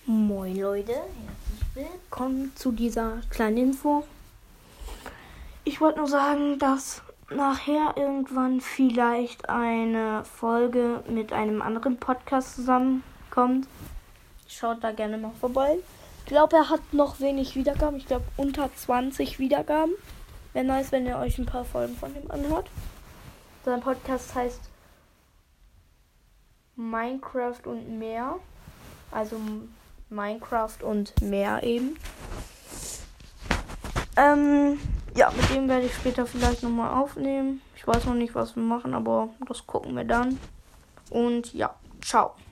Moin Leute, herzlich willkommen zu dieser kleinen Info. Ich wollte nur sagen, dass nachher irgendwann vielleicht eine Folge mit einem anderen Podcast zusammenkommt. Schaut da gerne mal vorbei. Ich glaube, er hat noch wenig Wiedergaben. Ich glaube, unter 20 Wiedergaben. Wäre nice, wenn ihr euch ein paar Folgen von ihm anhört. Sein Podcast heißt Minecraft und mehr. Also Minecraft und mehr eben. Ja, mit dem werde ich später vielleicht nochmal aufnehmen. Ich weiß noch nicht, was wir machen, aber das gucken wir dann. Und ja, ciao.